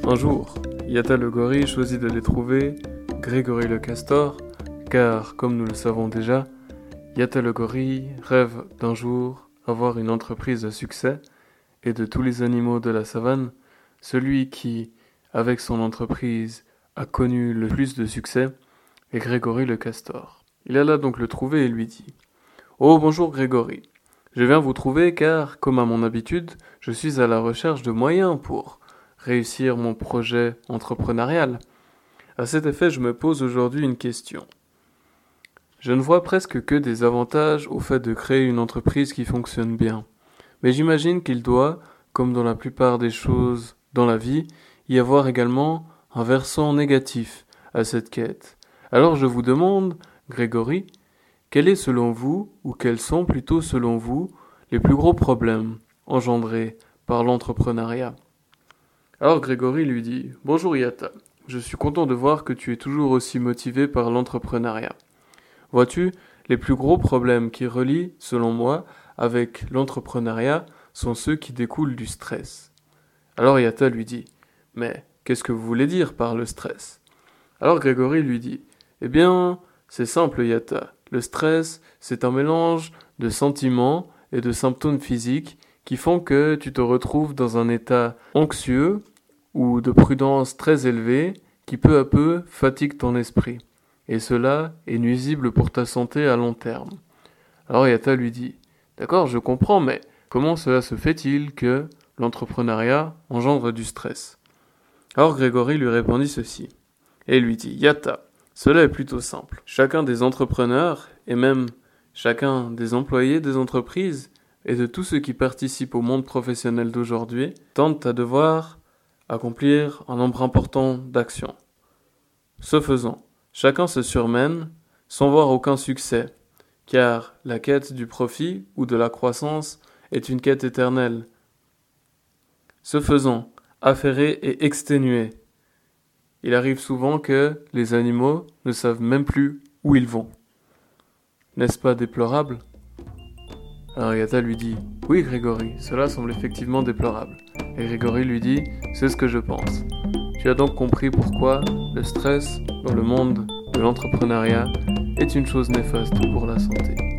Un jour, Yatta le gorille choisit d'aller trouver Grégory le castor, car, comme nous le savons déjà, Yatta le gorille rêve d'un jour avoir une entreprise à succès, et de tous les animaux de la savane, celui qui, avec son entreprise, a connu le plus de succès est Grégory le castor. Il alla donc le trouver et lui dit « Oh, bonjour Grégory, je viens vous trouver car, comme à mon habitude, je suis à la recherche de moyens pour réussir mon projet entrepreneurial. À cet effet, je me pose aujourd'hui une question. Je ne vois presque que des avantages au fait de créer une entreprise qui fonctionne bien. Mais j'imagine qu'il doit, comme dans la plupart des choses dans la vie, y avoir également un versant négatif à cette quête. Alors je vous demande, Grégory, quel est selon vous, ou quels sont plutôt selon vous, les plus gros problèmes engendrés par l'entrepreneuriat ?» Alors Grégory lui dit « Bonjour Yatta, je suis content de voir que tu es toujours aussi motivé par l'entrepreneuriat. Vois-tu, les plus gros problèmes qui relient, selon moi, avec l'entrepreneuriat sont ceux qui découlent du stress. » Alors Yatta lui dit « Mais qu'est-ce que vous voulez dire par le stress ?» Alors Grégory lui dit « Eh bien, c'est simple Yatta. Le stress, c'est un mélange de sentiments et de symptômes physiques qui font que tu te retrouves dans un état anxieux ou de prudence très élevée qui peu à peu fatigue ton esprit. Et cela est nuisible pour ta santé à long terme. » Alors Yatta lui dit « D'accord, je comprends, mais comment cela se fait-il que l'entrepreneuriat engendre du stress ?» Alors Grégory lui répondit ceci, et lui dit « Yatta, cela est plutôt simple. Chacun des entrepreneurs, et même chacun des employés des entreprises, et de tous ceux qui participent au monde professionnel d'aujourd'hui, tentent à devoir accomplir un nombre important d'actions. Ce faisant, chacun se surmène sans voir aucun succès, car la quête du profit ou de la croissance est une quête éternelle. Ce faisant, affairé et exténué, il arrive souvent que les animaux ne savent même plus où ils vont. N'est-ce pas déplorable ? Alors Yatta lui dit « Oui Grégory, cela semble effectivement déplorable. » Et Grégory lui dit « C'est ce que je pense. » Tu as donc compris pourquoi le stress dans le monde de l'entrepreneuriat est une chose néfaste pour la santé.